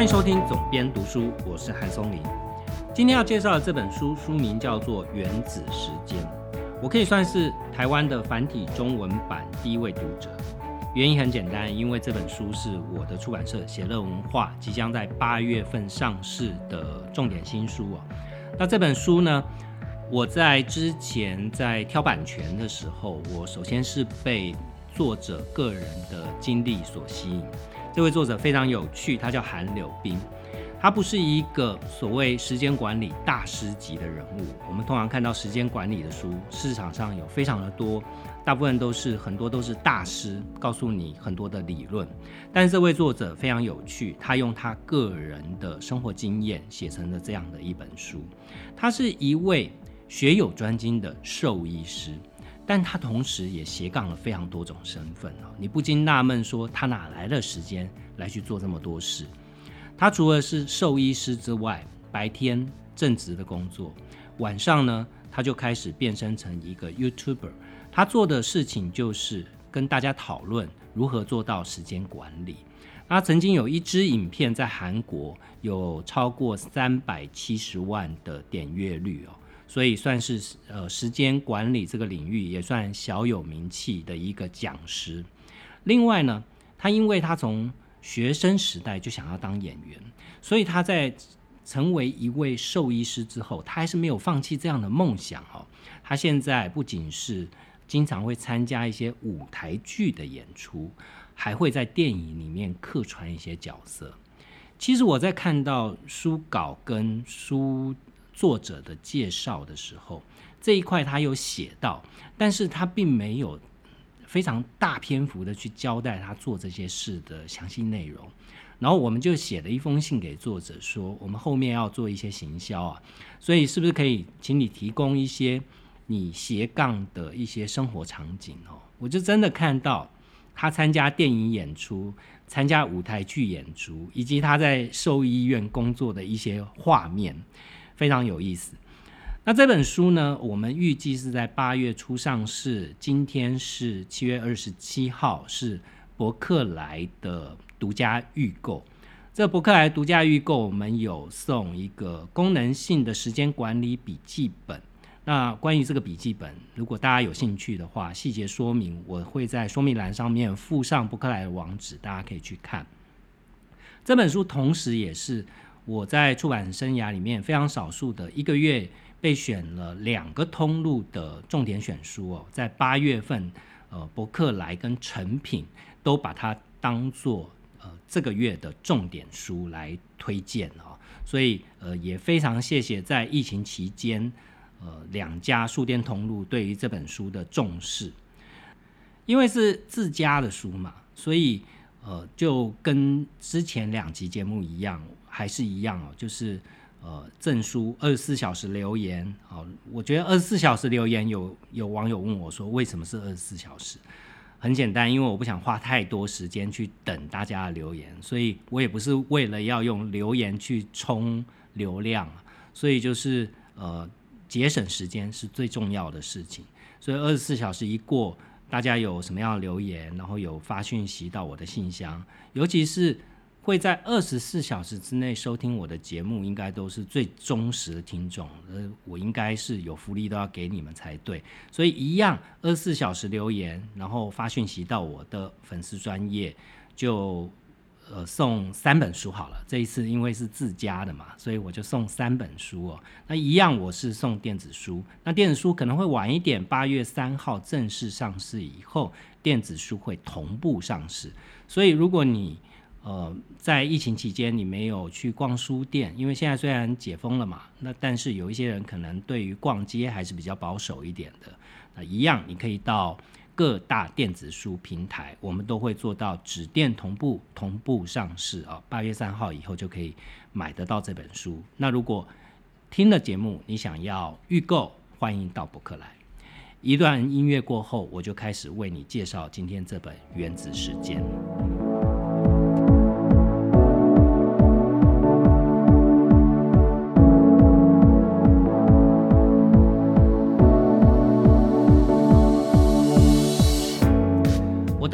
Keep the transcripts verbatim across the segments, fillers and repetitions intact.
收听总编读书，我是韩松林。今天要介绍的这本书书名叫做《原子时间》，我可以算是台湾的繁体中文版第一位读者。原因很简单，因为这本书是我的出版社写乐文化即将在八月份上市的重点新书哦。那这本书呢，我在之前在挑版权的时候，我首先是被作者个人的经历所吸引。这位作者非常有趣，他叫韩柳彬。他不是一个所谓时间管理大师级的人物。我们通常看到时间管理的书，市场上有非常的多，大部分都是很多都是大师告诉你很多的理论。但是这位作者非常有趣，他用他个人的生活经验写成了这样的一本书。他是一位学有专精的兽医师，但他同时也斜杠了非常多种身份。你不禁纳闷说，他哪来的时间来去做这么多事？他除了是兽医师之外，白天正职的工作，晚上呢，他就开始变身成一个 YouTuber。他做的事情就是跟大家讨论如何做到时间管理。他曾经有一支影片在韩国有超过三百七十万的点阅率哦。所以算是呃时间管理这个领域也算小有名气的一个讲师。另外呢，他因为他从学生时代就想要当演员，所以他在成为一位兽医师之后，他还是没有放弃这样的梦想哦。他现在不仅是经常会参加一些舞台剧的演出，还会在电影里面客串一些角色。其实我在看到书稿跟书作者的介绍的时候，这一块他有写到，但是他并没有非常大篇幅的去交代他做这些事的详细内容。然后我们就写了一封信给作者说，我们后面要做一些行销啊，所以是不是可以请你提供一些你斜杠的一些生活场景哦？我就真的看到他参加电影演出，参加舞台剧演出，以及他在兽医院工作的一些画面，非常有意思。那这本书呢，我们预计是在八月初上市，今天是七月二十七号，是博客来的独家预购。这博客来独家预购，我们有送一个功能性的时间管理笔记本。那关于这个笔记本，如果大家有兴趣的话，细节说明我会在说明栏上面附上博客来的网址，大家可以去看。这本书同时也是我在出版生涯里面非常少数的一个月被选了两个通路的重点选书哦，在八月份，呃，博客来跟诚品都把它当作呃这个月的重点书来推荐哦，所以呃也非常谢谢在疫情期间呃两家书店通路对于这本书的重视，因为是自家的书嘛，所以呃就跟之前两集节目一样。还是一样哦，就是呃证书二十四小时留言哦。我觉得二十四小时留言有有网友问我说，为什么是二十四小时？很简单，因为我不想花太多时间去等大家的留言，所以我也不是为了要用留言去冲流量，所以就是呃节省时间是最重要的事情。所以二十四小时一过，大家有什么样的留言，然后有发讯息到我的信箱，尤其是会在二十四小时之内收听我的节目，应该都是最忠实的听众，呃，我应该是有福利都要给你们才对。所以一样，二十四小时留言，然后发讯息到我的粉丝专页，就呃送三本书好了。这一次因为是自家的嘛，所以我就送三本书哦。那一样我是送电子书，那电子书可能会晚一点，八月三号正式上市以后，电子书会同步上市。所以如果你呃，在疫情期间你没有去逛书店，因为现在虽然解封了嘛，那但是有一些人可能对于逛街还是比较保守一点的，那一样你可以到各大电子书平台，我们都会做到纸电同步同步上市啊。八月三号以后就可以买得到这本书。那如果听了节目你想要预购，欢迎到博客来。一段音乐过后，我就开始为你介绍今天这本《原子时间》。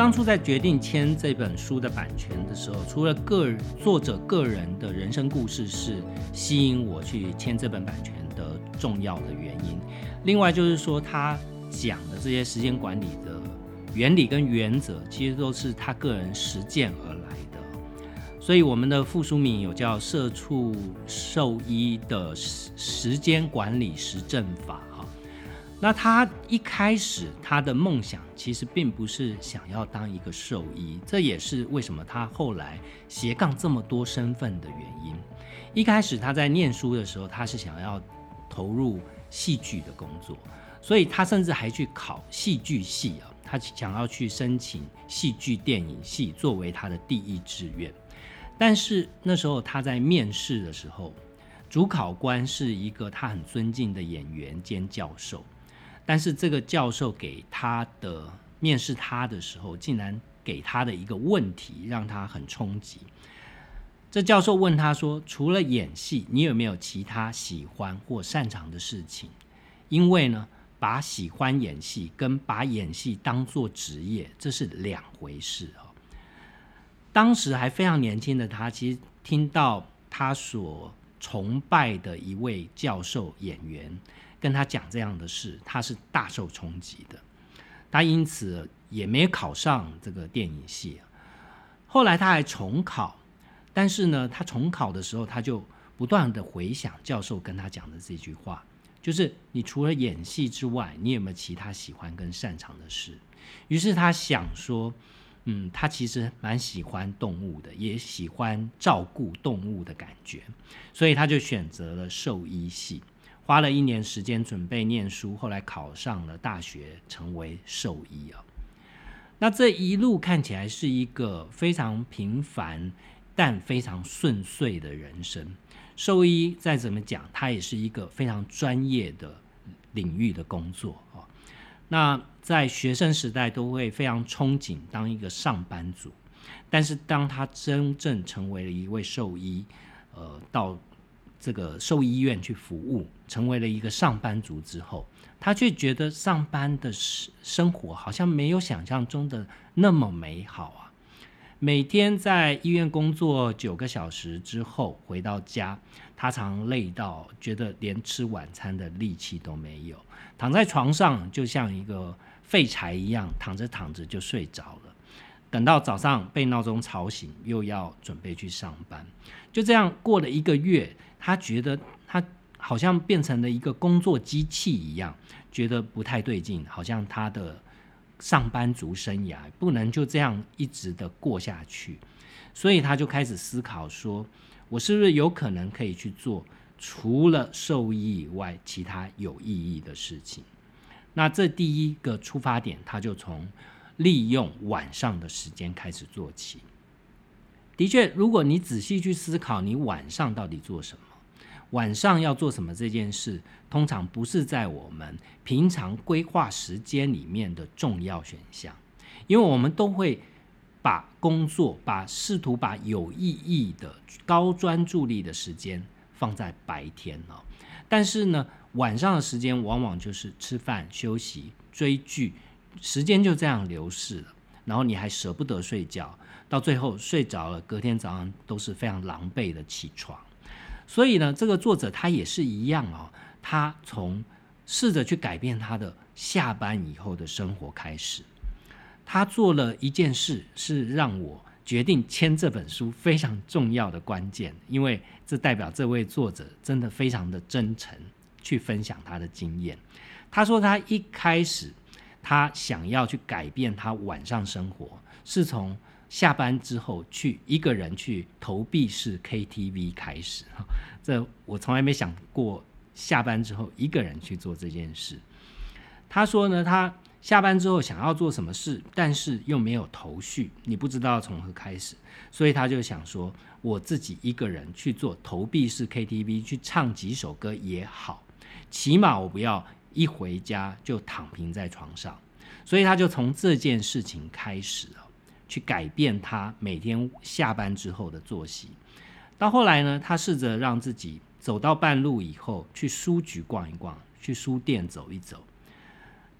当初在决定签这本书的版权的时候，除了个作者个人的人生故事是吸引我去签这本版权的重要的原因，另外就是说他讲的这些时间管理的原理跟原则，其实都是他个人实践而来的。所以我们的副书名有叫社畜兽医的时间管理实证法。那他一开始他的梦想其实并不是想要当一个兽医，这也是为什么他后来斜杠这么多身份的原因。一开始他在念书的时候，他是想要投入戏剧的工作，所以他甚至还去考戏剧系啊，他想要去申请戏剧电影系作为他的第一志愿。但是那时候他在面试的时候，主考官是一个他很尊敬的演员兼教授，但是这个教授给他的面试他的时候，竟然给他的一个问题让他很冲击。这教授问他说，除了演戏，你有没有其他喜欢或擅长的事情？因为呢，把喜欢演戏跟把演戏当作职业，这是两回事。当时还非常年轻的他，其实听到他所崇拜的一位教授演员跟他讲这样的事，他是大受冲击的。他因此也没考上这个电影系。后来他还重考，但是呢，他重考的时候，他就不断的回想教授跟他讲的这句话，就是你除了演戏之外，你有没有其他喜欢跟擅长的事？于是他想说，嗯，他其实蛮喜欢动物的，也喜欢照顾动物的感觉，所以他就选择了兽医系，花了一年时间准备念书，后来考上了大学，成为兽医啊。那这一路看起来是一个非常平凡但非常顺遂的人生。兽医再怎么讲，它也是一个非常专业的领域的工作。那在学生时代都会非常憧憬当一个上班族，但是当他真正成为了一位兽医，呃，到这个兽医院去服务，成为了一个上班族之后，他却觉得上班的生活好像没有想象中的那么美好啊。每天在医院工作九个小时之后回到家，他常累到觉得连吃晚餐的力气都没有，躺在床上就像一个废柴一样，躺着躺着就睡着了。等到早上被闹钟吵醒，又要准备去上班。就这样过了一个月，他觉得他好像变成了一个工作机器一样，觉得不太对劲，好像他的上班族生涯不能就这样一直的过下去。所以他就开始思考说，我是不是有可能可以去做除了兽医以外其他有意义的事情。那这第一个出发点，他就从利用晚上的时间开始做起。的确，如果你仔细去思考你晚上到底做什么，晚上要做什么这件事，通常不是在我们平常规划时间里面的重要选项，因为我们都会把工作把试图把有意义的高专注力的时间放在白天、哦、但是呢，晚上的时间往往就是吃饭休息追剧，时间就这样流逝了，然后你还舍不得睡觉，到最后睡着了，隔天早上都是非常狼狈的起床。所以呢，这个作者他也是一样哦，他从试着去改变他的下班以后的生活开始。他做了一件事，是让我决定签这本书非常重要的关键，因为这代表这位作者真的非常的真诚去分享他的经验。他说他一开始他想要去改变他晚上生活，是从下班之后去一个人去投币式 K T V 开始。这我从来没想过下班之后一个人去做这件事。他说呢，他下班之后想要做什么事，但是又没有头绪，你不知道从何开始，所以他就想说，我自己一个人去做投币式 K T V， 去唱几首歌也好，起码我不要一回家就躺平在床上。所以他就从这件事情开始去改变他每天下班之后的作息。到后来呢，他试着让自己走到半路以后去书局逛一逛，去书店走一走。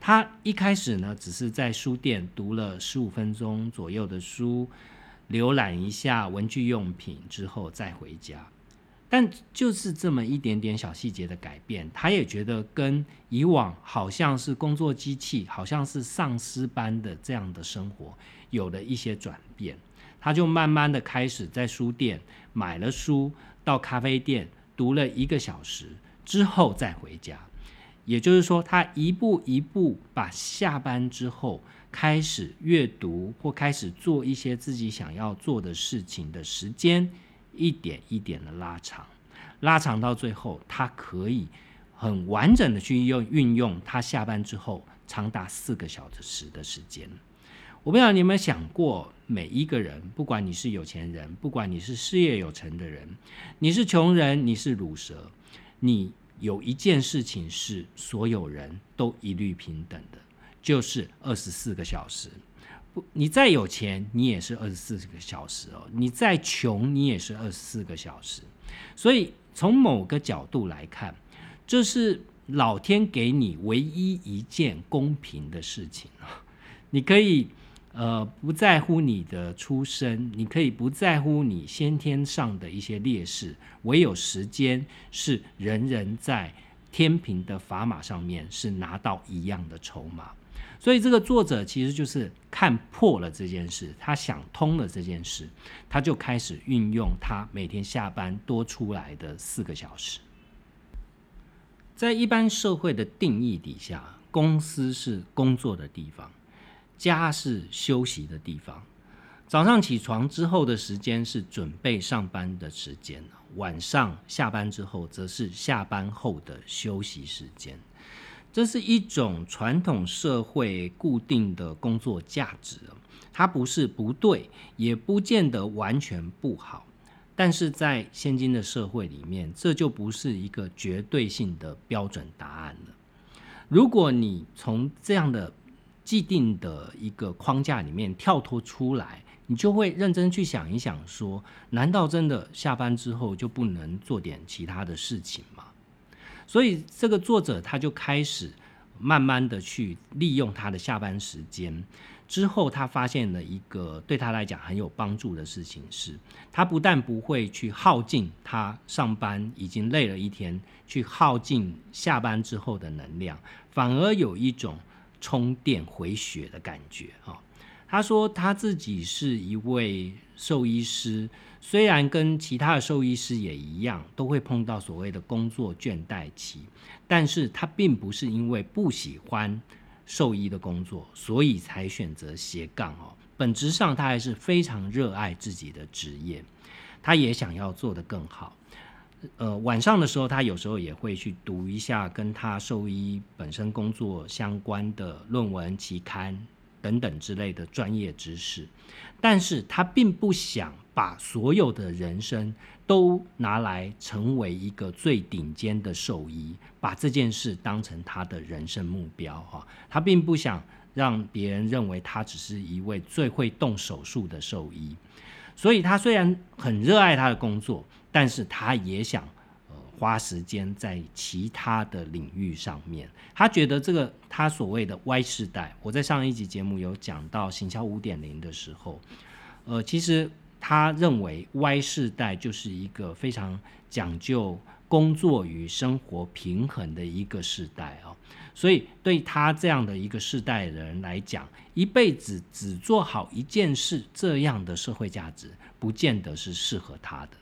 他一开始呢，只是在书店读了十五分钟左右的书，浏览一下文具用品之后再回家。但就是这么一点点小细节的改变，他也觉得跟以往好像是工作机器，好像是丧尸般的这样的生活有了一些转变。他就慢慢的开始在书店买了书，到咖啡店读了一个小时之后再回家。也就是说，他一步一步把下班之后开始阅读或开始做一些自己想要做的事情的时间一点一点的拉长，拉长到最后，他可以很完整的去用运用他下班之后长达四个小时的时间。我不知道你有没有想过，每一个人，不管你是有钱人，不管你是事业有成的人，你是穷人，你是乳蛇，你有一件事情是所有人都一律平等的，就是二十四个小时。你再有钱，你也是二十四个小时哦；你再穷，你也是二十四个小时。所以从某个角度来看，这是老天给你唯一一件公平的事情。你可以呃不在乎你的出身，你可以不在乎你先天上的一些劣势，唯有时间是人人在天平的砝码上面是拿到一样的筹码。所以这个作者其实就是看破了这件事，他想通了这件事，他就开始运用他每天下班多出来的四个小时。在一般社会的定义底下，公司是工作的地方，家是休息的地方。早上起床之后的时间是准备上班的时间，晚上下班之后则是下班后的休息时间。这是一种传统社会固定的工作价值，它不是不对，也不见得完全不好，但是在现今的社会里面，这就不是一个绝对性的标准答案了。如果你从这样的既定的一个框架里面跳脱出来，你就会认真去想一想说，难道真的下班之后就不能做点其他的事情吗？所以这个作者他就开始慢慢的去利用他的下班时间，之后他发现了一个对他来讲很有帮助的事情是，他不但不会去耗尽他上班已经累了一天，去耗尽下班之后的能量，反而有一种充电回血的感觉。他说他自己是一位兽医师，虽然跟其他的兽医师也一样，都会碰到所谓的工作倦怠期，但是他并不是因为不喜欢兽医的工作，所以才选择斜杠哦。本质上他还是非常热爱自己的职业，他也想要做得更好。呃，晚上的时候，他有时候也会去读一下跟他兽医本身工作相关的论文、期刊等等之类的专业知识，但是他并不想把所有的人生都拿来成为一个最顶尖的兽医，把这件事当成他的人生目标。他并不想让别人认为他只是一位最会动手术的兽医，所以他虽然很热爱他的工作，但是他也想花时间在其他的领域上面。他觉得这个他所谓的 Y 世代，我在上一集节目有讲到行销 五点零 的时候，呃，其实他认为 Y 世代就是一个非常讲究工作与生活平衡的一个世代哦。所以对他这样的一个世代的人来讲，一辈子只做好一件事，这样的社会价值不见得是适合他的。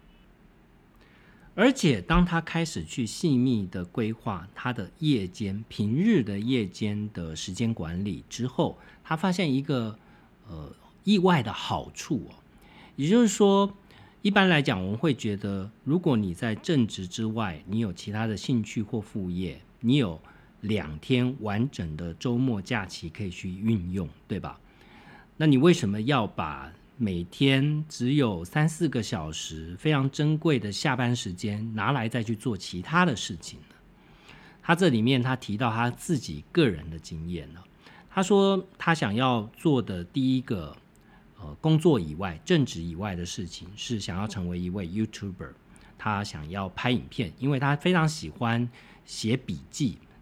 而且当他开始去细密的规划他的夜间平日的夜间的时间管理之后，他发现一个呃意外的好处哦。也就是说，一般来讲我们会觉得，如果你在正职之外，你有其他的兴趣或副业，你有两天完整的周末假期可以去运用，对吧？那你为什么要把每天只有三四个小时非常珍贵的下班时间拿来再去做其他的事情呢？他这里面他提到他自己个人的经验了。他说他想要做的第一个呃工作以外正职以外的事情是想要成为一位 YouTuber， 他想要拍影片，因为他非常喜欢写笔记，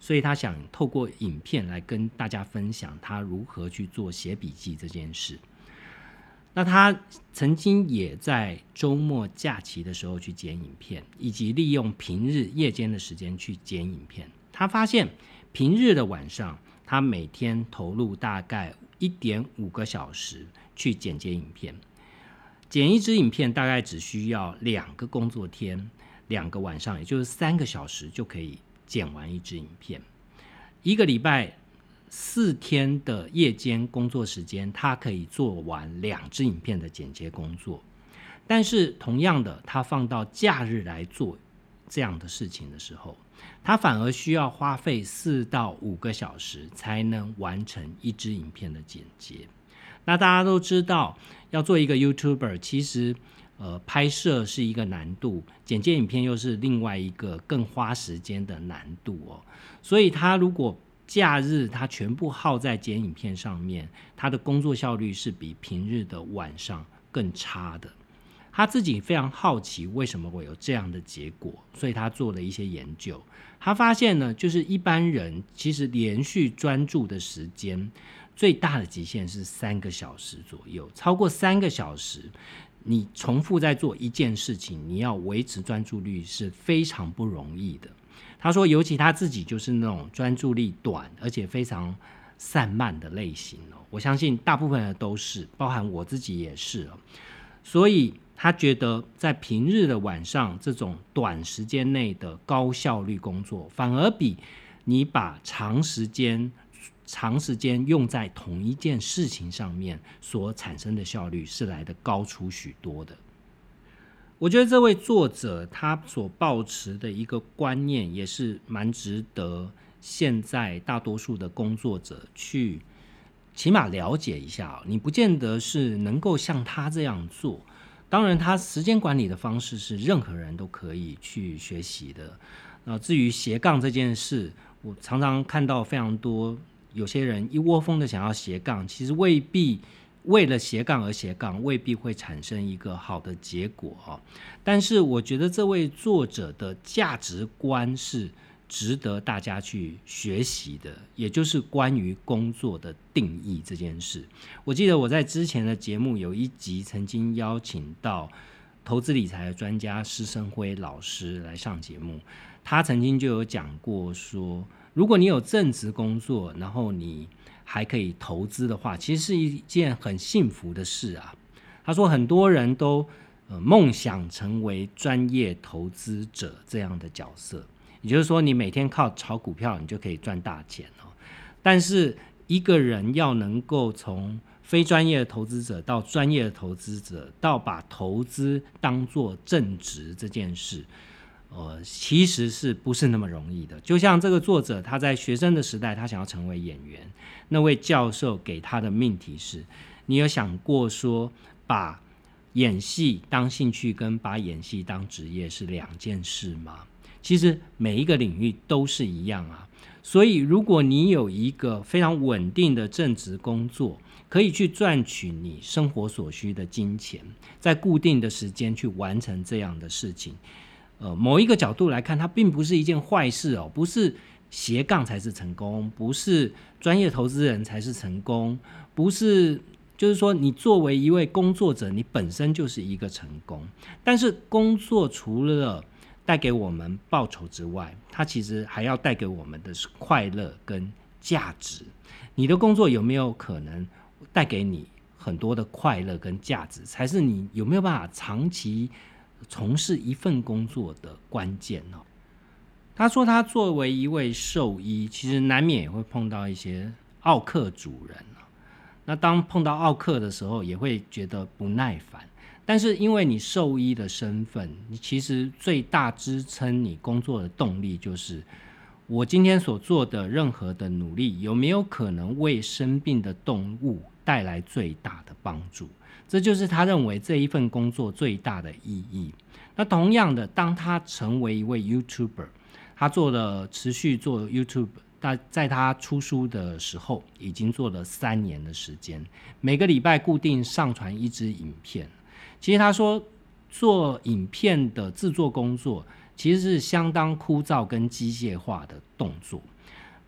所以他想透过影片来跟大家分享他如何去做写笔记这件事。那他曾经也在周末假期的时候去剪影片，以及利用平日夜间的时间去剪影片。他发现平日的晚上，他每天投入大概 一点五个小时去剪接影片，剪一支影片大概只需要两个工作天，两个晚上，也就是三个小时就可以剪完一支影片。一个礼拜四天的夜间工作时间，他可以做完两支影片的剪接工作。但是同样的，他放到假日来做这样的事情的时候，他反而需要花费四到五个小时才能完成一支影片的剪接。那大家都知道，要做一个 YouTuber， 其实呃拍摄是一个难度，剪接影片又是另外一个更花时间的难度哦。所以他如果假日他全部耗在剪影片上面，他的工作效率是比平日的晚上更差的。他自己非常好奇为什么会有这样的结果，所以他做了一些研究。他发现呢，就是一般人其实连续专注的时间最大的极限是三个小时左右，超过三个小时你重复在做一件事情，你要维持专注力是非常不容易的。他说尤其他自己就是那种专注力短而且非常散漫的类型哦，我相信大部分人都是，包含我自己也是哦。所以他觉得在平日的晚上这种短时间内的高效率工作，反而比你把长时间长时间用在同一件事情上面所产生的效率是来得高出许多的。我觉得这位作者他所抱持的一个观念也是蛮值得现在大多数的工作者去起码了解一下。你不见得是能够像他这样做，当然他时间管理的方式是任何人都可以去学习的。那至于斜杠这件事，我常常看到非常多有些人一窝蜂的想要斜杠，其实未必为了斜杠而斜杠，未必会产生一个好的结果哦。但是我觉得这位作者的价值观是值得大家去学习的，也就是关于工作的定义这件事。我记得我在之前的节目有一集曾经邀请到投资理财的专家施生辉老师来上节目，他曾经就有讲过说，如果你有正职工作，然后你还可以投资的话，其实是一件很幸福的事啊。他说很多人都、呃、梦想成为专业投资者这样的角色，也就是说你每天靠炒股票你就可以赚大钱哦。但是一个人要能够从非专业的投资者到专业的投资者，到把投资当作正职这件事，呃，其实是不是那么容易的。就像这个作者他在学生的时代，他想要成为演员，那位教授给他的命题是，你有想过说把演戏当兴趣跟把演戏当职业是两件事吗？其实每一个领域都是一样啊。所以如果你有一个非常稳定的正职工作，可以去赚取你生活所需的金钱，在固定的时间去完成这样的事情，呃，某一个角度来看，它并不是一件坏事哦，不是斜杠才是成功，不是专业投资人才是成功，不是就是说你作为一位工作者，你本身就是一个成功。但是工作除了带给我们报酬之外，它其实还要带给我们的是快乐跟价值。你的工作有没有可能带给你很多的快乐跟价值，才是你有没有办法长期从事一份工作的关键哦。他说他作为一位兽医，其实难免也会碰到一些奥客主人哦。那当碰到奥客的时候，也会觉得不耐烦。但是因为你兽医的身份，你其实最大支撑你工作的动力就是我今天所做的任何的努力有没有可能为生病的动物带来最大的帮助，这就是他认为这一份工作最大的意义。那同样的，当他成为一位 YouTuber， 他做了持续做 YouTube， 在他出书的时候已经做了三年的时间，每个礼拜固定上传一支影片。其实他说做影片的制作工作其实是相当枯燥跟机械化的动作，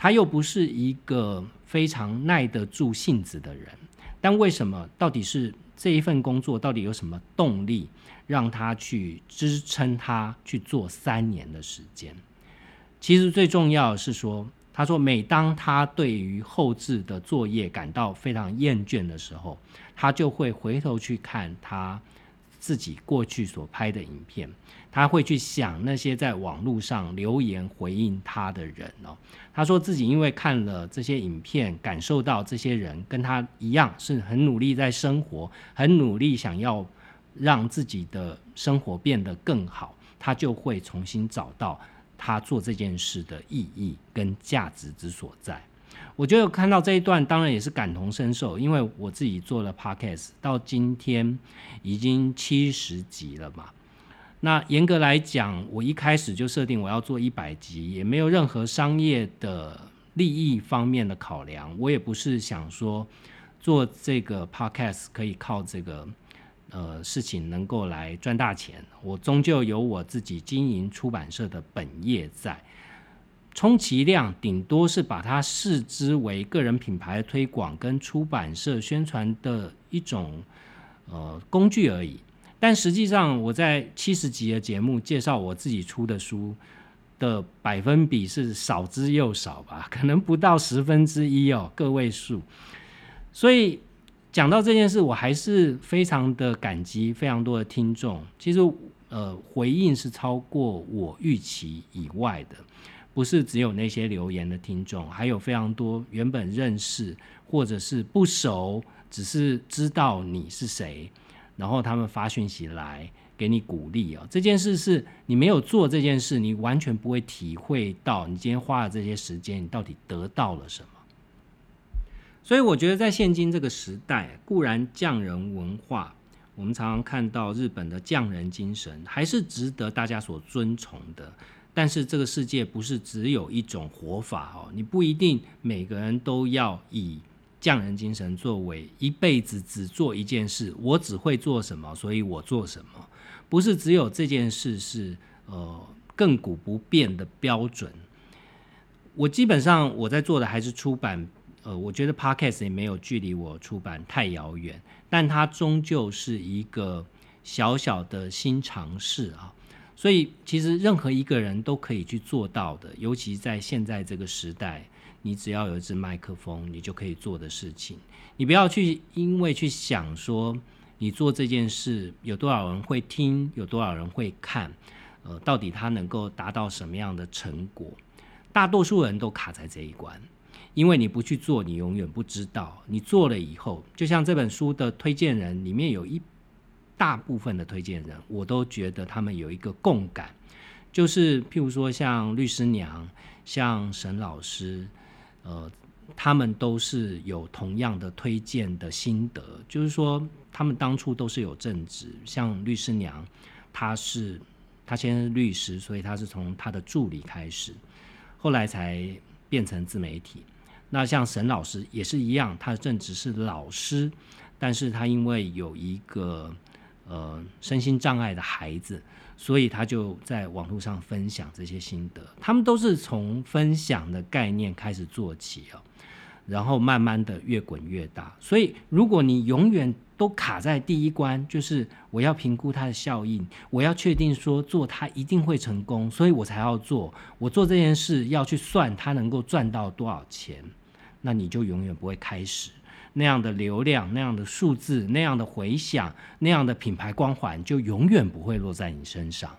他又不是一个非常耐得住性子的人，但为什么到底是这一份工作到底有什么动力让他去支撑他去做三年的时间？其实最重要的是说，他说每当他对于后制的作业感到非常厌倦的时候，他就会回头去看他自己过去所拍的影片，他会去想那些在网络上留言回应他的人哦。他说自己因为看了这些影片，感受到这些人跟他一样是很努力在生活，很努力想要让自己的生活变得更好，他就会重新找到他做这件事的意义跟价值之所在。我觉得看到这一段当然也是感同身受，因为我自己做了 podcast 到今天已经七十集了嘛。那严格来讲，我一开始就设定我要做一百集，也没有任何商业的利益方面的考量，我也不是想说做这个 podcast 可以靠这个呃事情能够来赚大钱，我终究有我自己经营出版社的本业在，充其量顶多是把它视之为个人品牌的推广跟出版社宣传的一种呃工具而已。但实际上我在七十集的节目介绍我自己出的书的百分比是少之又少吧，可能不到十分之一哦，个位数。所以讲到这件事，我还是非常的感激非常多的听众，其实呃回应是超过我预期以外的，不是只有那些留言的听众，还有非常多原本认识或者是不熟，只是知道你是谁，然后他们发讯息来给你鼓励哦。这件事是你没有做这件事，你完全不会体会到你今天花了这些时间，你到底得到了什么。所以我觉得在现今这个时代，固然匠人文化，我们常常看到日本的匠人精神还是值得大家所尊崇的，但是这个世界不是只有一种活法哦，你不一定每个人都要以匠人精神作为一辈子只做一件事，我只会做什么，所以我做什么，不是只有这件事是呃亘古不变的标准。我基本上我在做的还是出版，呃，我觉得 podcast 也没有距离我出版太遥远，但它终究是一个小小的新尝试啊。所以其实任何一个人都可以去做到的，尤其在现在这个时代，你只要有一支麦克风，你就可以做的事情。你不要去因为去想说你做这件事有多少人会听，有多少人会看，呃，到底它能够达到什么样的成果。大多数人都卡在这一关，因为你不去做，你永远不知道。你做了以后，就像这本书的推荐人里面有一大部分的推荐人，我都觉得他们有一个共感，就是譬如说像律师娘，像沈老师，呃，他们都是有同样的推荐的心得，就是说他们当初都是有正职，像律师娘，她是她先是律师，所以她是从她的助理开始，后来才变成自媒体。那像沈老师也是一样，他的正职是老师，但是他因为有一个呃身心障碍的孩子，所以他就在网络上分享这些心得。他们都是从分享的概念开始做起哦，然后慢慢的越滚越大。所以如果你永远都卡在第一关，就是我要评估它的效应，我要确定说做它一定会成功，所以我才要做。我做这件事要去算它能够赚到多少钱，那你就永远不会开始。那样的流量，那样的数字，那样的回响，那样的品牌光环就永远不会落在你身上。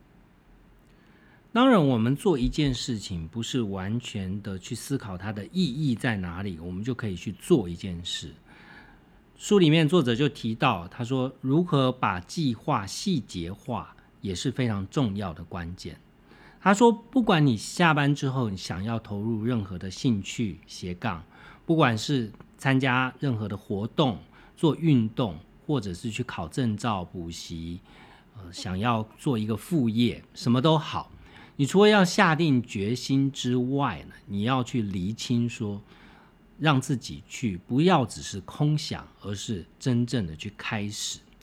当然我们做一件事情不是完全的去思考它的意义在哪里，我们就可以去做一件事。书里面作者就提到，他说如何把计划细节化也是非常重要的关键。他说不管你下班之后你想要投入任何的兴趣斜杠，不管是参加任何的活动，做运动，或者是去考证照补习，呃，想要做一个副业，什么都好，你除了要下定决心之外呢，你要去厘清说让自己去不要只是空想，而是真正的去开始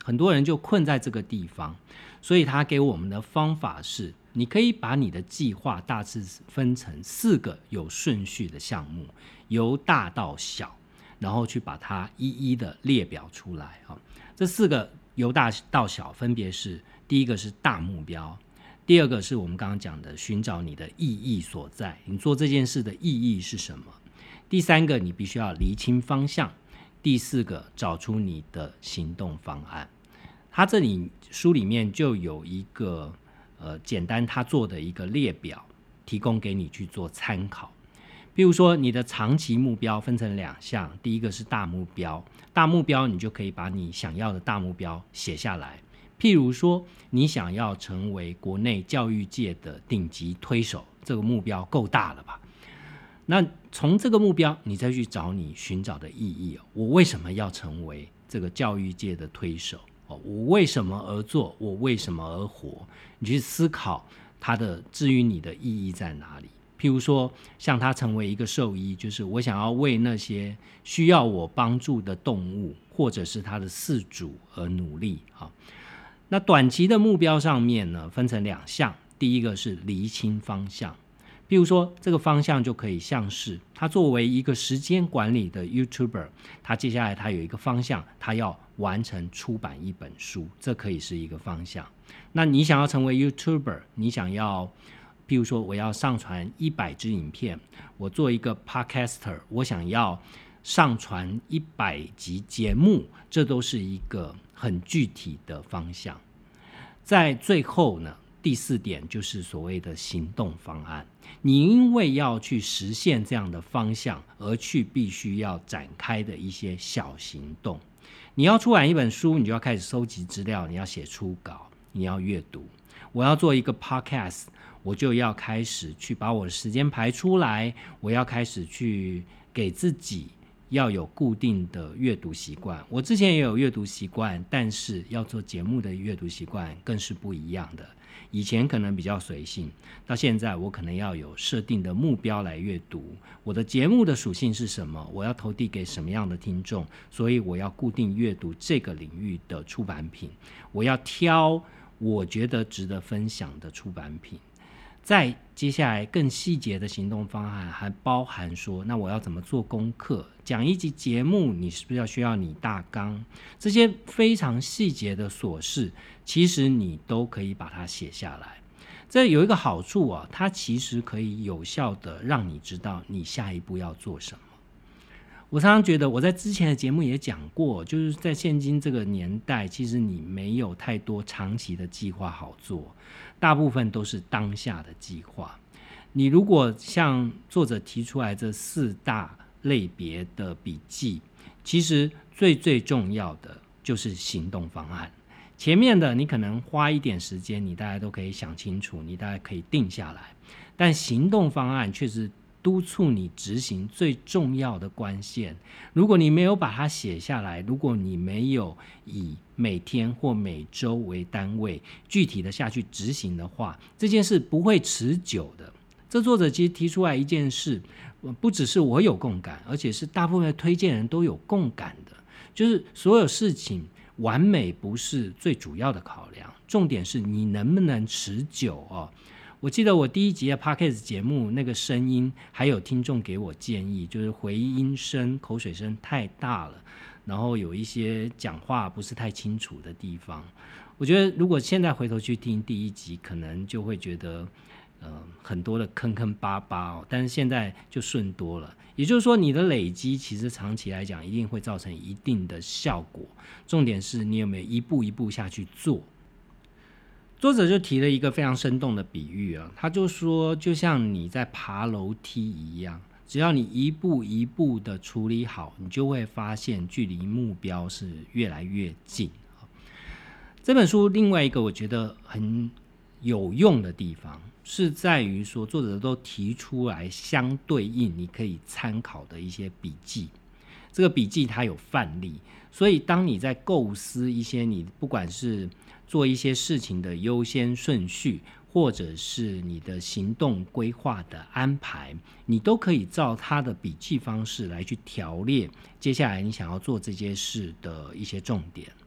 很多人就困在这个地方，所以他给我们的方法是，你可以把你的计划大致分成四个有顺序的项目，由大到小，然后去把它一一的列表出来。这四个由大到小分别是，第一个是大目标，第二个是我们刚刚讲的寻找你的意义所在，你做这件事的意义是什么。第三个，你必须要厘清方向。第四个，找出你的行动方案。他这里书里面就有一个呃简单他做的一个列表，提供给你去做参考。比如说你的长期目标分成两项，第一个是大目标，大目标你就可以把你想要的大目标写下来。譬如说你想要成为国内教育界的顶级推手，这个目标够大了吧？那从这个目标你再去找你寻找的意义，我为什么要成为这个教育界的推手？我为什么而做？我为什么而活？你去思考它的至于你的意义在哪里。譬如说像他成为一个兽医，就是我想要为那些需要我帮助的动物或者是它的饲主而努力。那短期的目标上面呢，分成两项，第一个是厘清方向。比如说这个方向就可以像是他作为一个时间管理的 YouTuber， 他接下来他有一个方向，他要完成出版一本书，这可以是一个方向。那你想要成为 YouTuber， 你想要比如说我要上传一百支影片，我做一个 Podcaster， 我想要上传一百集节目，这都是一个很具体的方向。在最后呢，第四点就是所谓的行动方案。你因为要去实现这样的方向，而去必须要展开的一些小行动。你要出版一本书，你就要开始收集资料，你要写初稿，你要阅读。我要做一个 podcast， 我就要开始去把我的时间排出来，我要开始去给自己要有固定的阅读习惯。我之前也有阅读习惯，但是要做节目的阅读习惯更是不一样的。以前可能比较随性，到现在我可能要有设定的目标来阅读。我的节目的属性是什么？我要投递给什么样的听众？所以我要固定阅读这个领域的出版品。我要挑我觉得值得分享的出版品。再接下来更细节的行动方案还包含说，那我要怎么做功课？讲一集节目，你是不是要需要你大纲？这些非常细节的琐事，其实你都可以把它写下来。这有一个好处啊，它其实可以有效的让你知道你下一步要做什么。我常常觉得，我在之前的节目也讲过，就是在现今这个年代，其实你没有太多长期的计划好做，大部分都是当下的计划。你如果像作者提出来这四大类别的笔记，其实最最重要的就是行动方案。前面的你可能花一点时间，你大家都可以想清楚，你大概可以定下来，但行动方案却是督促你执行最重要的关键。如果你没有把它写下来，如果你没有以每天或每周为单位具体的下去执行的话，这件事不会持久的。这作者其实提出来一件事，不只是我有共感，而且是大部分的推荐人都有共感的，就是所有事情完美不是最主要的考量，重点是你能不能持久哦。我记得我第一集的 Podcast 节目，那个声音还有听众给我建议，就是回音声、口水声太大了，然后有一些讲话不是太清楚的地方。我觉得如果现在回头去听第一集，可能就会觉得呃很多的坑坑巴巴哦，但是现在就顺多了。也就是说，你的累积其实长期来讲一定会造成一定的效果，重点是你有没有一步一步下去做。作者就提了一个非常生动的比喻啊，他就说就像你在爬楼梯一样，只要你一步一步的处理好，你就会发现距离目标是越来越近。这本书另外一个我觉得很有用的地方是在于说，作者都提出来相对应你可以参考的一些笔记。这个笔记它有范例，所以当你在构思一些你不管是做一些事情的优先顺序，或者是你的行动规划的安排，你都可以照他的笔记方式来去条列接下来你想要做这件事的一些重点。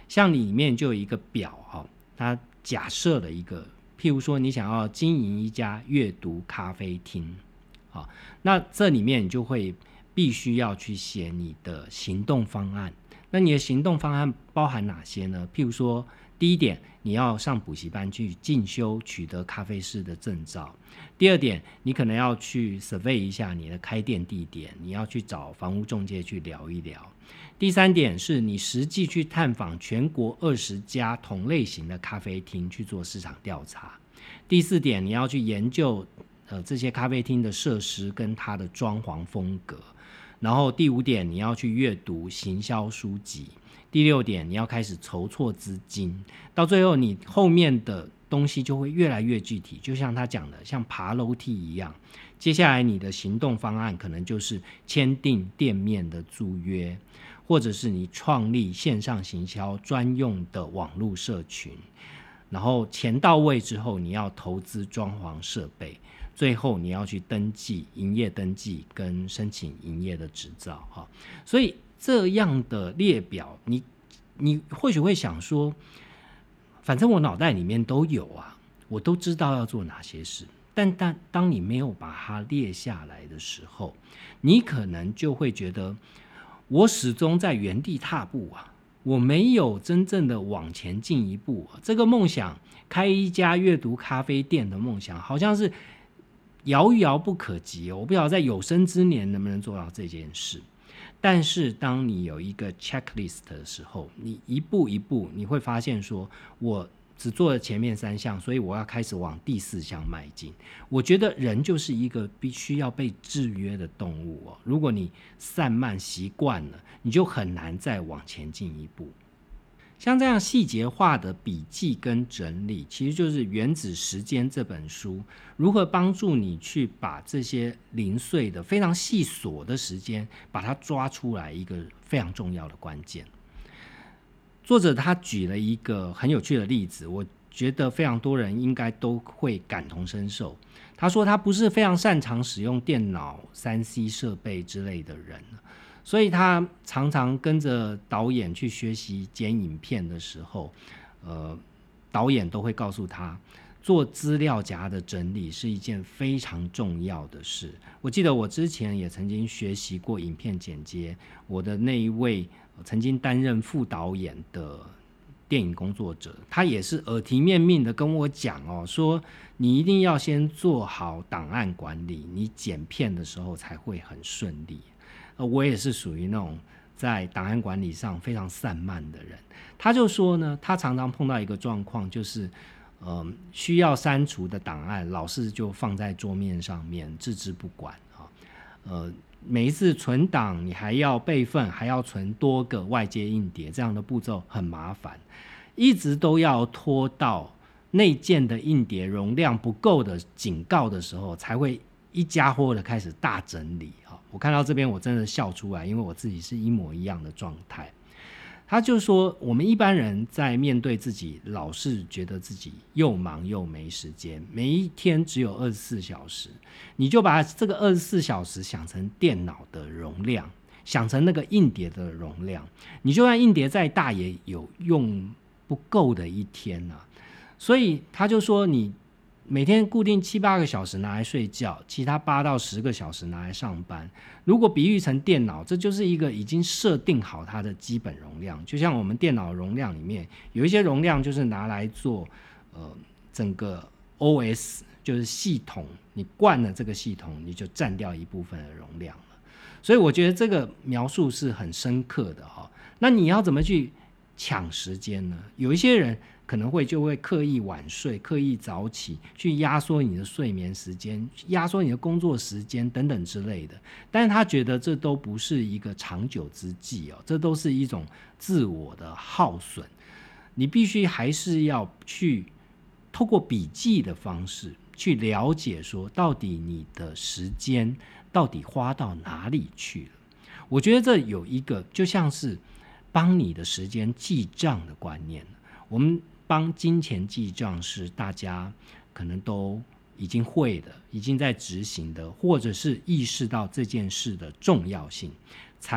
像里面就有一个表哈，它假设了一个，譬如说你想要经营一家阅读咖啡厅，好，那这里面你就会必须要去写你的行动方案。那你的行动方案包含哪些呢？譬如说，第一点，你要上补习班去进修，取得咖啡师的证照。第二点，你可能要去 survey 一下你的开店地点，你要去找房屋中介去聊一聊。第三点是你实际去探访全国二十家同类型的咖啡厅去做市场调查。第四点，你要去研究呃这些咖啡厅的设施跟它的装潢风格。然后第五点，你要去阅读行销书籍。第六点，你要开始筹措资金。到最后，你后面的东西就会越来越具体，就像他讲的，像爬楼梯一样。接下来你的行动方案可能就是签订店面的租约，或者是你创立线上行销专用的网络社群。然后钱到位之后，你要投资装潢设备。最后你要去登记营业登记跟申请营业的执照。所以这样的列表，你你或许会想说，反正我脑袋里面都有啊，我都知道要做哪些事。但当当你没有把它列下来的时候，你可能就会觉得我始终在原地踏步啊，我没有真正的往前进一步啊。这个梦想，开一家阅读咖啡店的梦想，好像是遥遥不可及，我不晓得在有生之年能不能做到这件事。但是当你有一个 checklist 的时候，你一步一步你会发现说，我只做了前面三项，所以我要开始往第四项迈进。我觉得人就是一个必须要被制约的动物哦。如果你散漫习惯了，你就很难再往前进一步。像这样细节化的笔记跟整理，其实就是《原子时间》这本书如何帮助你去把这些零碎的非常细琐的时间把它抓出来，一个非常重要的关键。作者他举了一个很有趣的例子，我觉得非常多人应该都会感同身受。他说他不是非常擅长使用电脑 三 C 设备之类的人，所以他常常跟着导演去学习剪影片的时候，呃，导演都会告诉他，做资料夹的整理是一件非常重要的事。我记得我之前也曾经学习过影片剪接，我的那一位曾经担任副导演的电影工作者，他也是耳提面命的跟我讲哦，说你一定要先做好档案管理，你剪片的时候才会很顺利。我也是属于那种在档案管理上非常散漫的人。他就说呢，他常常碰到一个状况，就是、呃、需要删除的档案，老是就放在桌面上面置之不管、呃、每一次存档你还要备份，还要存多个外接硬碟，这样的步骤很麻烦，一直都要拖到内建的硬碟容量不够的警告的时候，才会一家伙的开始大整理。我看到这边我真的笑出来，因为我自己是一模一样的状态。他就说，我们一般人在面对自己老是觉得自己又忙又没时间，每一天只有二十四小时，你就把这个二十四小时想成电脑的容量，想成那个硬碟的容量，你就算硬碟再大也有用不够的一天啊。所以他就说，你每天固定七八个小时拿来睡觉，其他八到十个小时拿来上班。如果比喻成电脑，这就是一个已经设定好它的基本容量。就像我们电脑容量里面有一些容量就是拿来做呃整个 O S， 就是系统，你灌了这个系统，你就占掉一部分的容量了。所以我觉得这个描述是很深刻的哈。那你要怎么去抢时间呢？有一些人可能会就会刻意晚睡，刻意早起，去压缩你的睡眠时间，压缩你的工作时间等等之类的。但是他觉得这都不是一个长久之计哦，这都是一种自我的耗损。你必须还是要去透过笔记的方式去了解说，到底你的时间到底花到哪里去了。我觉得这有一个就像是帮你的时间记账的观念。我们帮金钱记账是大家可能都已经会的，已经在执行的，或者是意识到这件事的重要性，才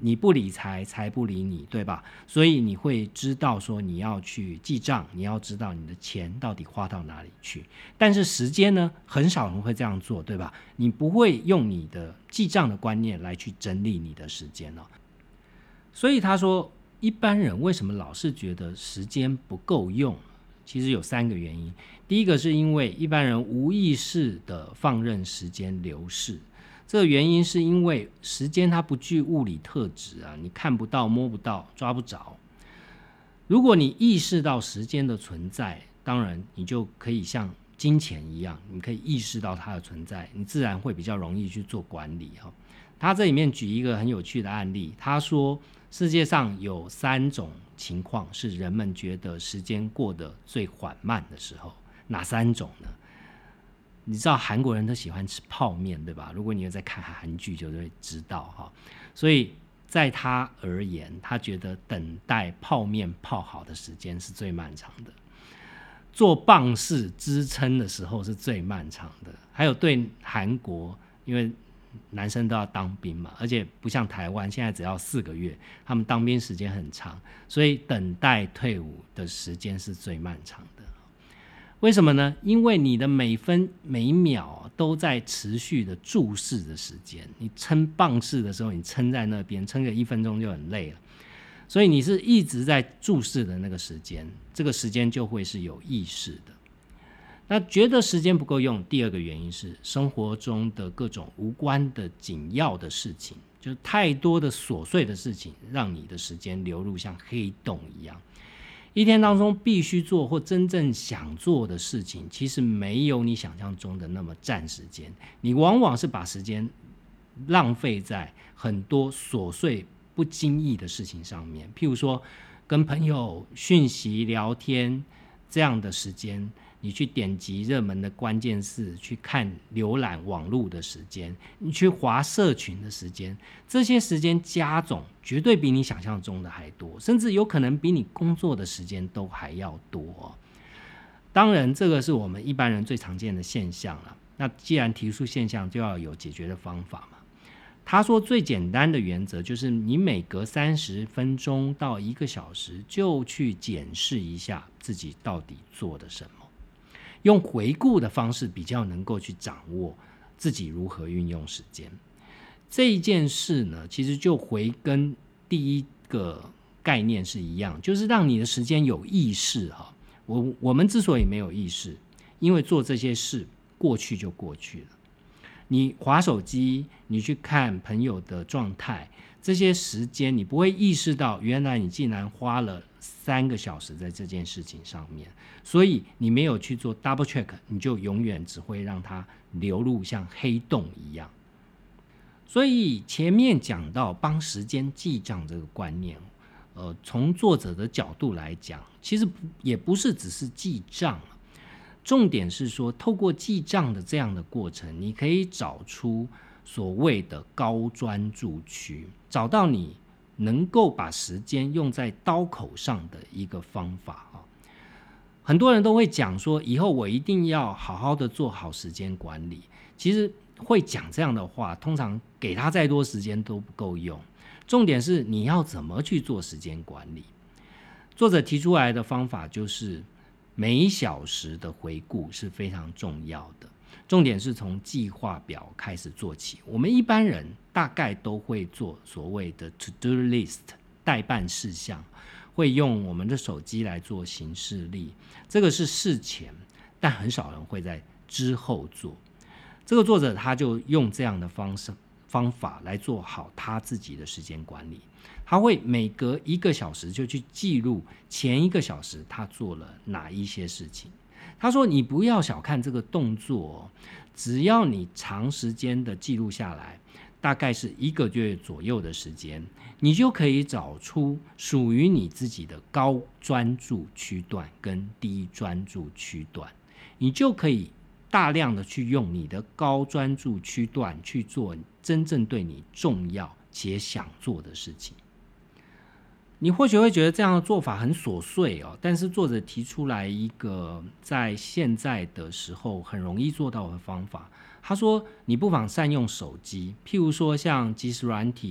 你不理财，财不理你，对吧？所以你会知道说你要去记账，你要知道你的钱到底花到哪里去。但是时间呢，很少人会这样做，对吧？你不会用你的记账的观念来去整理你的时间哦。所以他说，一般人为什么老是觉得时间不够用？其实有三个原因。第一个是因为一般人无意识的放任时间流逝，这个原因是因为时间它不具物理特质啊，你看不到、摸不到、抓不着。如果你意识到时间的存在，当然你就可以像金钱一样，你可以意识到它的存在，你自然会比较容易去做管理。他这里面举一个很有趣的案例，他说世界上有三种情况是人们觉得时间过得最缓慢的时候，哪三种呢？你知道韩国人都喜欢吃泡面，对吧？如果你有在看韩剧就会知道哈。所以在他而言，他觉得等待泡面泡好的时间是最漫长的，做棒式支撑的时候是最漫长的。还有对韩国，因为男生都要当兵嘛，而且不像台湾现在只要四个月，他们当兵时间很长，所以等待退伍的时间是最漫长的。为什么呢？因为你的每分每秒都在持续的注视的时间，你撑棒式的时候，你撑在那边撑个一分钟就很累了，所以你是一直在注视的那个时间，这个时间就会是有意识的。那觉得时间不够用，第二个原因是生活中的各种无关的紧要的事情，就是太多的琐碎的事情，让你的时间流入像黑洞一样。一天当中必须做或真正想做的事情，其实没有你想象中的那么占时间，你往往是把时间浪费在很多琐碎不经意的事情上面，譬如说跟朋友讯息聊天这样的时间，你去点击热门的关键字，去看浏览网络的时间，你去滑社群的时间，这些时间加总绝对比你想象中的还多，甚至有可能比你工作的时间都还要多。当然这个是我们一般人最常见的现象了，那既然提出现象，就要有解决的方法嘛。他说最简单的原则就是你每隔三十分钟到一个小时就去检视一下自己到底做了什么，用回顾的方式比较能够去掌握自己如何运用时间。这一件事呢，其实就回跟第一个概念是一样，就是让你的时间有意识哈。我我们之所以没有意识，因为做这些事过去就过去了。你滑手机，你去看朋友的状态，这些时间你不会意识到，原来你竟然花了三个小时在这件事情上面，所以你没有去做 double check， 你就永远只会让它流入像黑洞一样。所以前面讲到帮时间记账这个观念，呃，从作者的角度来讲，其实也不是只是记账，重点是说透过记账的这样的过程，你可以找出所谓的高专注区，找到你能够把时间用在刀口上的一个方法。很多人都会讲说以后我一定要好好的做好时间管理，其实会讲这样的话，通常给他再多时间都不够用，重点是你要怎么去做时间管理。作者提出来的方法就是每小时的回顾是非常重要的，重点是从计划表开始做起。我们一般人大概都会做所谓的 to-do list 待办事项，会用我们的手机来做行事历，这个是事前，但很少人会在之后做。这个作者他就用这样的方式方法来做好他自己的时间管理，他会每隔一个小时就去记录前一个小时他做了哪一些事情。他说你不要小看这个动作，只要你长时间的记录下来，大概是一个月左右的时间，你就可以找出属于你自己的高专注区段跟低专注区段，你就可以大量的去用你的高专注区段去做真正对你重要且想做的事情。你或许会觉得这样的做法很琐碎哦，但是作者提出来一个在现在的时候很容易做到的方法。他说你不妨善用手机，譬如说像即时软体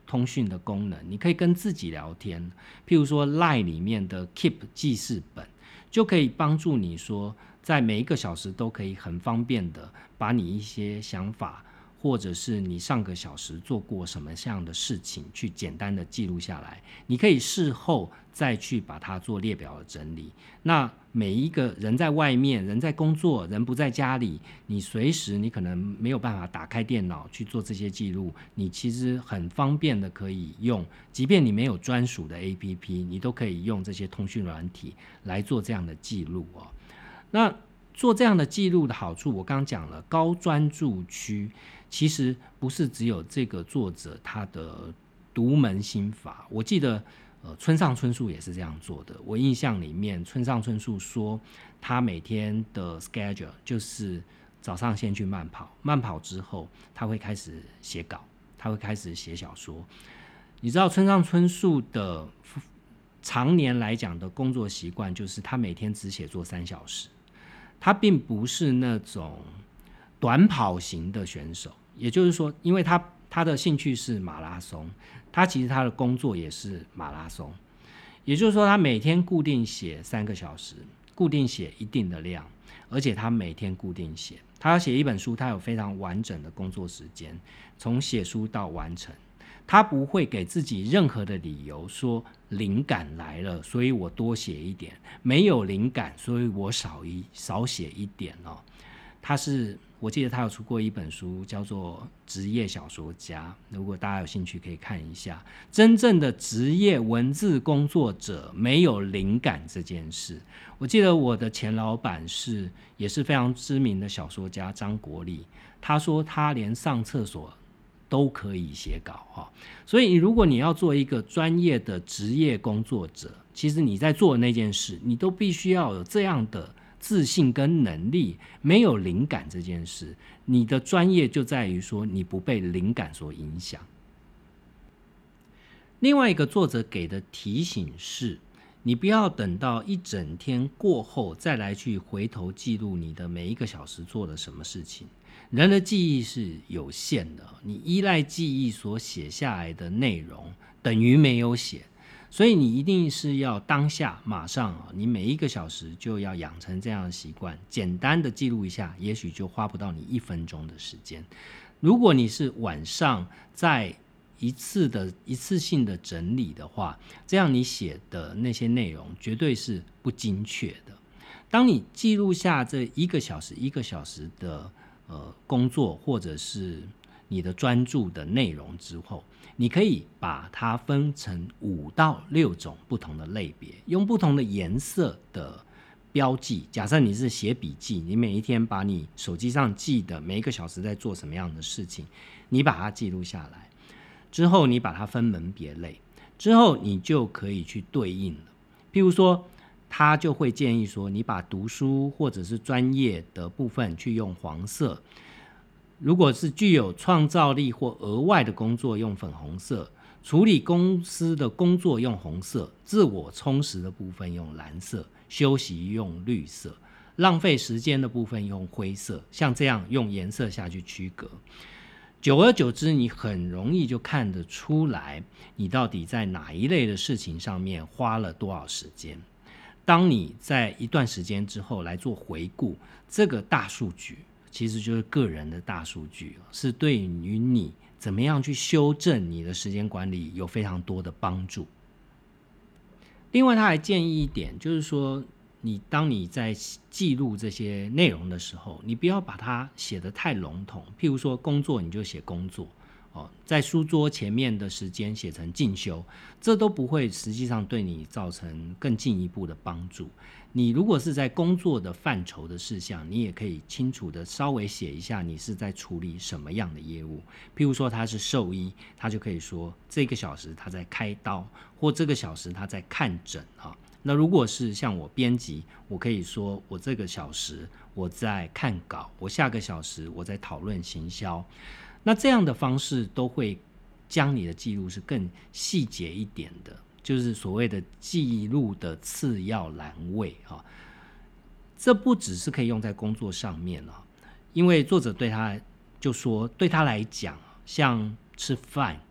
通讯的功能，你可以跟自己聊天，譬如说 Line 里面的 Keep 记事本就可以帮助你说在每一个小时都可以很方便的把你一些想法或者是你上个小时做过什么样的事情去简单的记录下来，你可以事后再去把它做列表的整理。那每一个人在外面，人在工作，人不在家里，你随时你可能没有办法打开电脑去做这些记录，你其实很方便的可以用，即便你没有专属的 A P P， 你都可以用这些通讯软体来做这样的记录哦。那做这样的记录的好处，我刚刚讲了，高专注区其实不是只有这个作者他的独门心法。我记得呃，村上春树也是这样做的。我印象里面，村上春树说他每天的 schedule 就是早上先去慢跑，慢跑之后他会开始写稿，他会开始写小说。你知道村上春树的常年来讲的工作习惯就是他每天只写作三小时。他并不是那种短跑型的选手，也就是说，因为他他的兴趣是马拉松，他其实他的工作也是马拉松，也就是说，他每天固定写三个小时，固定写一定的量，而且他每天固定写。他要写一本书，他有非常完整的工作时间，从写书到完成。他不会给自己任何的理由说灵感来了，所以我多写一点；没有灵感，所以我少一少写一点哦。他是，我记得他有出过一本书，叫做《职业小说家》。如果大家有兴趣，可以看一下。真正的职业文字工作者没有灵感这件事。我记得我的前老板是，也是非常知名的小说家张国立。他说他连上厕所都可以写稿哈，所以如果你要做一个专业的职业工作者，其实你在做的那件事，你都必须要有这样的自信跟能力。没有灵感这件事，你的专业就在于说你不被灵感所影响。另外一个作者给的提醒是，你不要等到一整天过后再来去回头记录你的每一个小时做了什么事情。人的记忆是有限的，你依赖记忆所写下来的内容等于没有写，所以你一定是要当下马上，你每一个小时就要养成这样的习惯，简单的记录一下，也许就花不到你一分钟的时间。如果你是晚上在一次的一次性的整理的话，这样你写的那些内容绝对是不精确的。当你记录下这一个小时一个小时的呃，工作或者是你的专注的内容之后，你可以把它分成五到六种不同的类别，用不同的颜色的标记。假设你是写笔记，你每一天把你手机上记的每一个小时在做什么样的事情，你把它记录下来之后，你把它分门别类之后，你就可以去对应了。譬如说他就会建议说，你把读书或者是专业的部分去用黄色，如果是具有创造力或额外的工作用粉红色，处理公司的工作用红色，自我充实的部分用蓝色，休息用绿色，浪费时间的部分用灰色，像这样用颜色下去区隔。久而久之，你很容易就看得出来你到底在哪一类的事情上面花了多少时间。当你在一段时间之后来做回顾，这个大数据其实就是个人的大数据，是对于你怎么样去修正你的时间管理有非常多的帮助。另外他还建议一点，就是说你当你在记录这些内容的时候，你不要把它写得太笼统。譬如说工作你就写工作，哦，在书桌前面的时间写成进修，这都不会实际上对你造成更进一步的帮助。你如果是在工作的范畴的事项，你也可以清楚的稍微写一下你是在处理什么样的业务。譬如说他是兽医，他就可以说这个小时他在开刀，或这个小时他在看诊啊。那如果是像我编辑，我可以说我这个小时我在看稿，我下个小时我在讨论行销。那这样的方式都会将你的记录是更细节一点的，就是所谓的记录的次要栏位啊。这不只是可以用在工作上面啊，因为作者对他就说，对他来讲，像吃饭、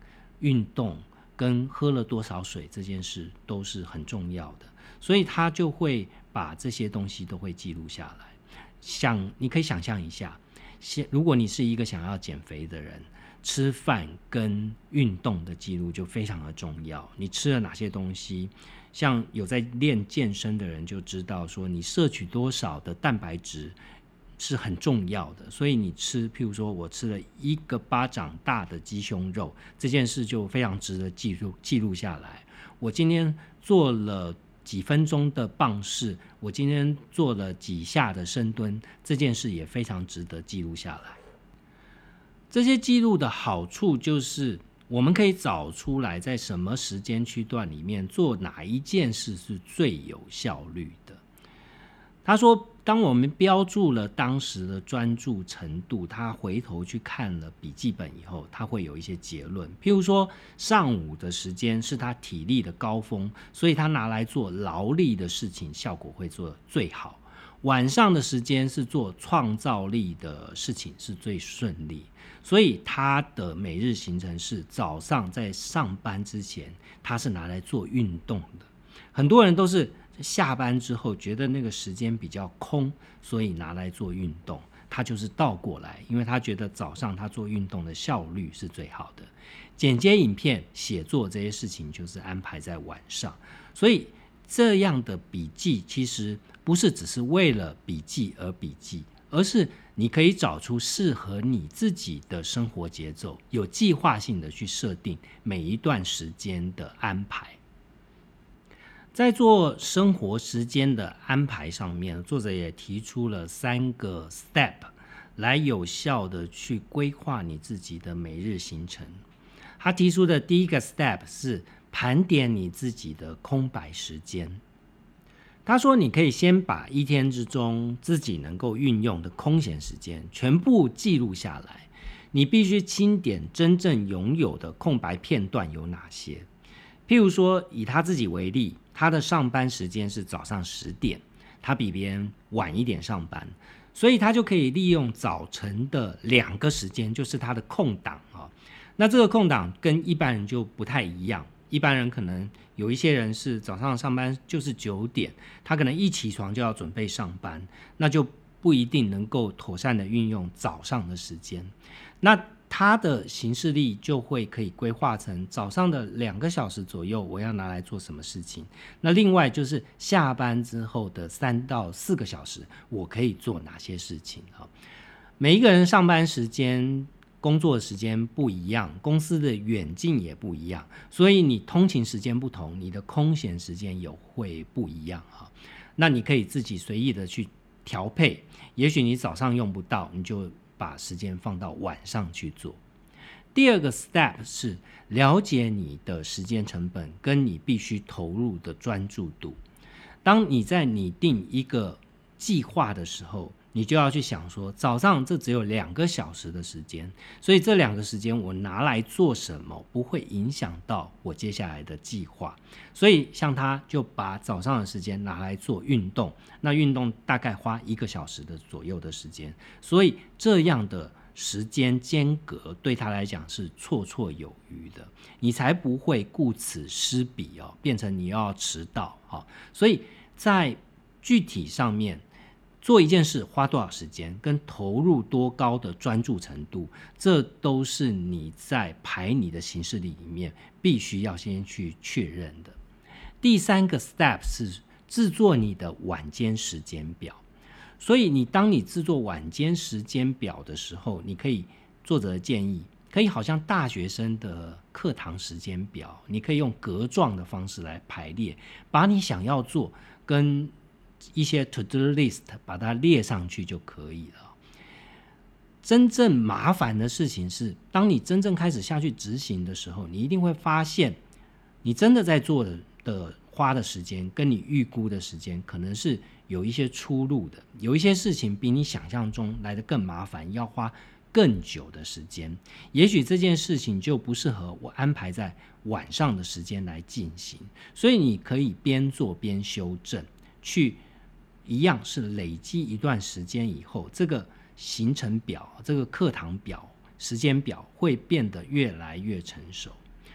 运动跟喝了多少水这件事都是很重要的，所以他就会把这些东西都会记录下来。想你可以想象一下，如果你是一个想要减肥的人，吃饭跟运动的记录就非常的重要。你吃了哪些东西，像有在练健身的人就知道说，你摄取多少的蛋白质是很重要的。所以你吃，譬如说我吃了一个巴掌大的鸡胸肉，这件事就非常值得记录记录下来。我今天做了几分钟的棒式，我今天做了几下的深蹲，这件事也非常值得记录下来。这些记录的好处就是我们可以找出来在什么时间区段里面做哪一件事是最有效率的。他说当我们标注了当时的专注程度，他回头去看了笔记本以后，他会有一些结论。譬如说上午的时间是他体力的高峰，所以他拿来做劳力的事情效果会做得最好。晚上的时间是做创造力的事情是最顺利，所以他的每日行程是早上在上班之前他是拿来做运动的。很多人都是下班之后觉得那个时间比较空，所以拿来做运动。他就是倒过来，因为他觉得早上他做运动的效率是最好的。剪接影片、写作这些事情就是安排在晚上，所以这样的笔记其实不是只是为了笔记而笔记，而是你可以找出适合你自己的生活节奏，有计划性的去设定每一段时间的安排。在做生活时间的安排上面，作者也提出了三个 step 来有效的去规划你自己的每日行程。他提出的第一个 step 是盘点你自己的空白时间。他说你可以先把一天之中自己能够运用的空闲时间全部记录下来，你必须清点真正拥有的空白片段有哪些。譬如说以他自己为例，他的上班时间是早上十点，他比别人晚一点上班，所以他就可以利用早晨的两个时间，就是他的空档、哦、那这个空档跟一般人就不太一样。一般人可能有一些人是早上上班就是九点，他可能一起床就要准备上班，那就不一定能够妥善的运用早上的时间。那他的行事历就会可以规划成早上的两个小时左右我要拿来做什么事情，那另外就是下班之后的三到四个小时我可以做哪些事情。每一个人上班时间工作时间不一样，公司的远近也不一样，所以你通勤时间不同，你的空闲时间也会不一样。那你可以自己随意的去调配，也许你早上用不到，你就把时间放到晚上去做。第二个 step 是了解你的时间成本跟你必须投入的专注度。当你在拟定一个计划的时候，你就要去想说，早上这只有两个小时的时间，所以这两个时间我拿来做什么不会影响到我接下来的计划。所以像他就把早上的时间拿来做运动，那运动大概花一个小时的左右的时间，所以这样的时间间隔对他来讲是绰绰有余的，你才不会顾此失彼、哦、变成你要迟到、哦、所以在具体上面做一件事花多少时间跟投入多高的专注程度，这都是你在排你的行事历里面必须要先去确认的。第三个 step 是制作你的晚间时间表。所以你当你制作晚间时间表的时候，你可以作者的建议可以好像大学生的课堂时间表，你可以用格状的方式来排列，把你想要做跟一些 to-do list 把它列上去就可以了。真正麻烦的事情是，当你真正开始下去执行的时候，你一定会发现你真的在做 的, 的花的时间跟你预估的时间可能是有一些出入的，有一些事情比你想象中来得更麻烦，要花更久的时间，也许这件事情就不适合我安排在晚上的时间来进行，所以你可以边做边修正，去一样是累积一段时间以后，这个行程表，这个课堂表，时间表会变得越来越成熟。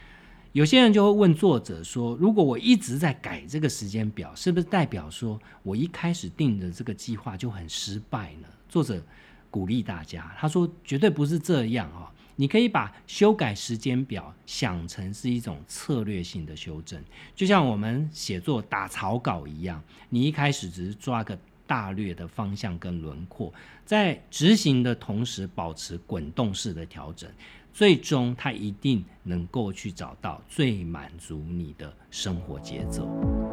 有些人就会问作者说，如果我一直在改这个时间表，是不是代表说我一开始定的这个计划就很失败呢？作者鼓励大家，他说绝对不是这样哦，你可以把修改时间表想成是一种策略性的修正，就像我们写作打草稿一样，你一开始只是抓个大略的方向跟轮廓，在执行的同时保持滚动式的调整，最终它一定能够去找到最满足你的生活节奏。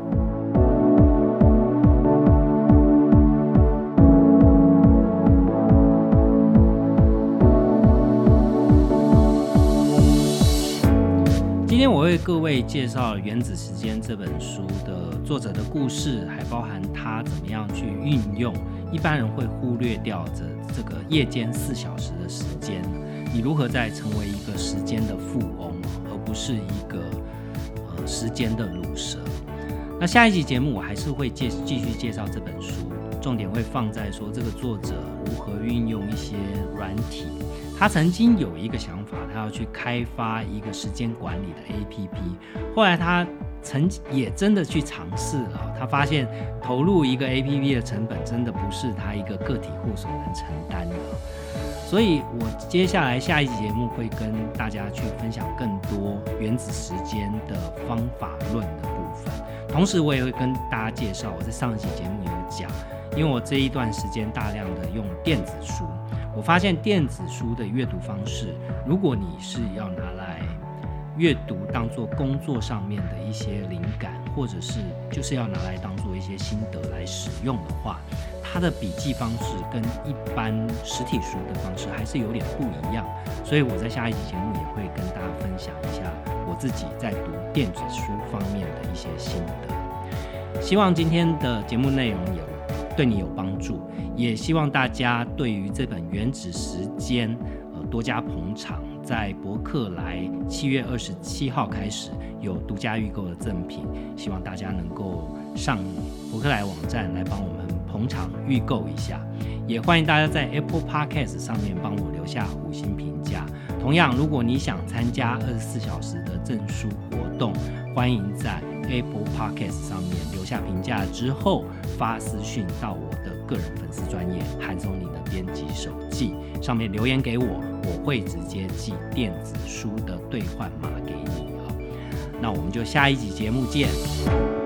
今天我为各位介绍《原子时间》这本书的作者的故事，还包含他怎么样去运用一般人会忽略掉的这个夜间四小时的时间，你如何在成为一个时间的富翁，而不是一个、呃、时间的鲁蛇。那下一集节目我还是会继续介绍这本书，重点会放在说这个作者如何运用一些软体。他曾经有一个想法，他要去开发一个时间管理的 A P P， 后来他曾也真的去尝试了，他发现投入一个 A P P 的成本真的不是他一个个体户所能承担的。所以我接下来下一集节目会跟大家去分享更多原子时间的方法论的部分，同时我也会跟大家介绍，我在上一集节目有讲，因为我这一段时间大量的用电子书，我发现电子书的阅读方式，如果你是要拿来阅读当做工作上面的一些灵感，或者是就是要拿来当做一些心得来使用的话，它的笔记方式跟一般实体书的方式还是有点不一样。所以我在下一集节目也会跟大家分享一下我自己在读电子书方面的一些心得。希望今天的节目内容有对你有帮助，也希望大家对于这本《原子时间》呃多加捧场。在博客来七月二十七号开始有独家预购的赠品，希望大家能够上博客来网站来帮我们捧场预购一下。也欢迎大家在 Apple Podcast 上面帮我留下五星评价。同样，如果你想参加二十四小时的证书活动，欢迎在 Apple Podcast 上面留下评价之后发私讯到我的个人粉丝专页韩松林的编辑手记上面留言给我，我会直接寄电子书的兑换码给你。那我们就下一集节目见。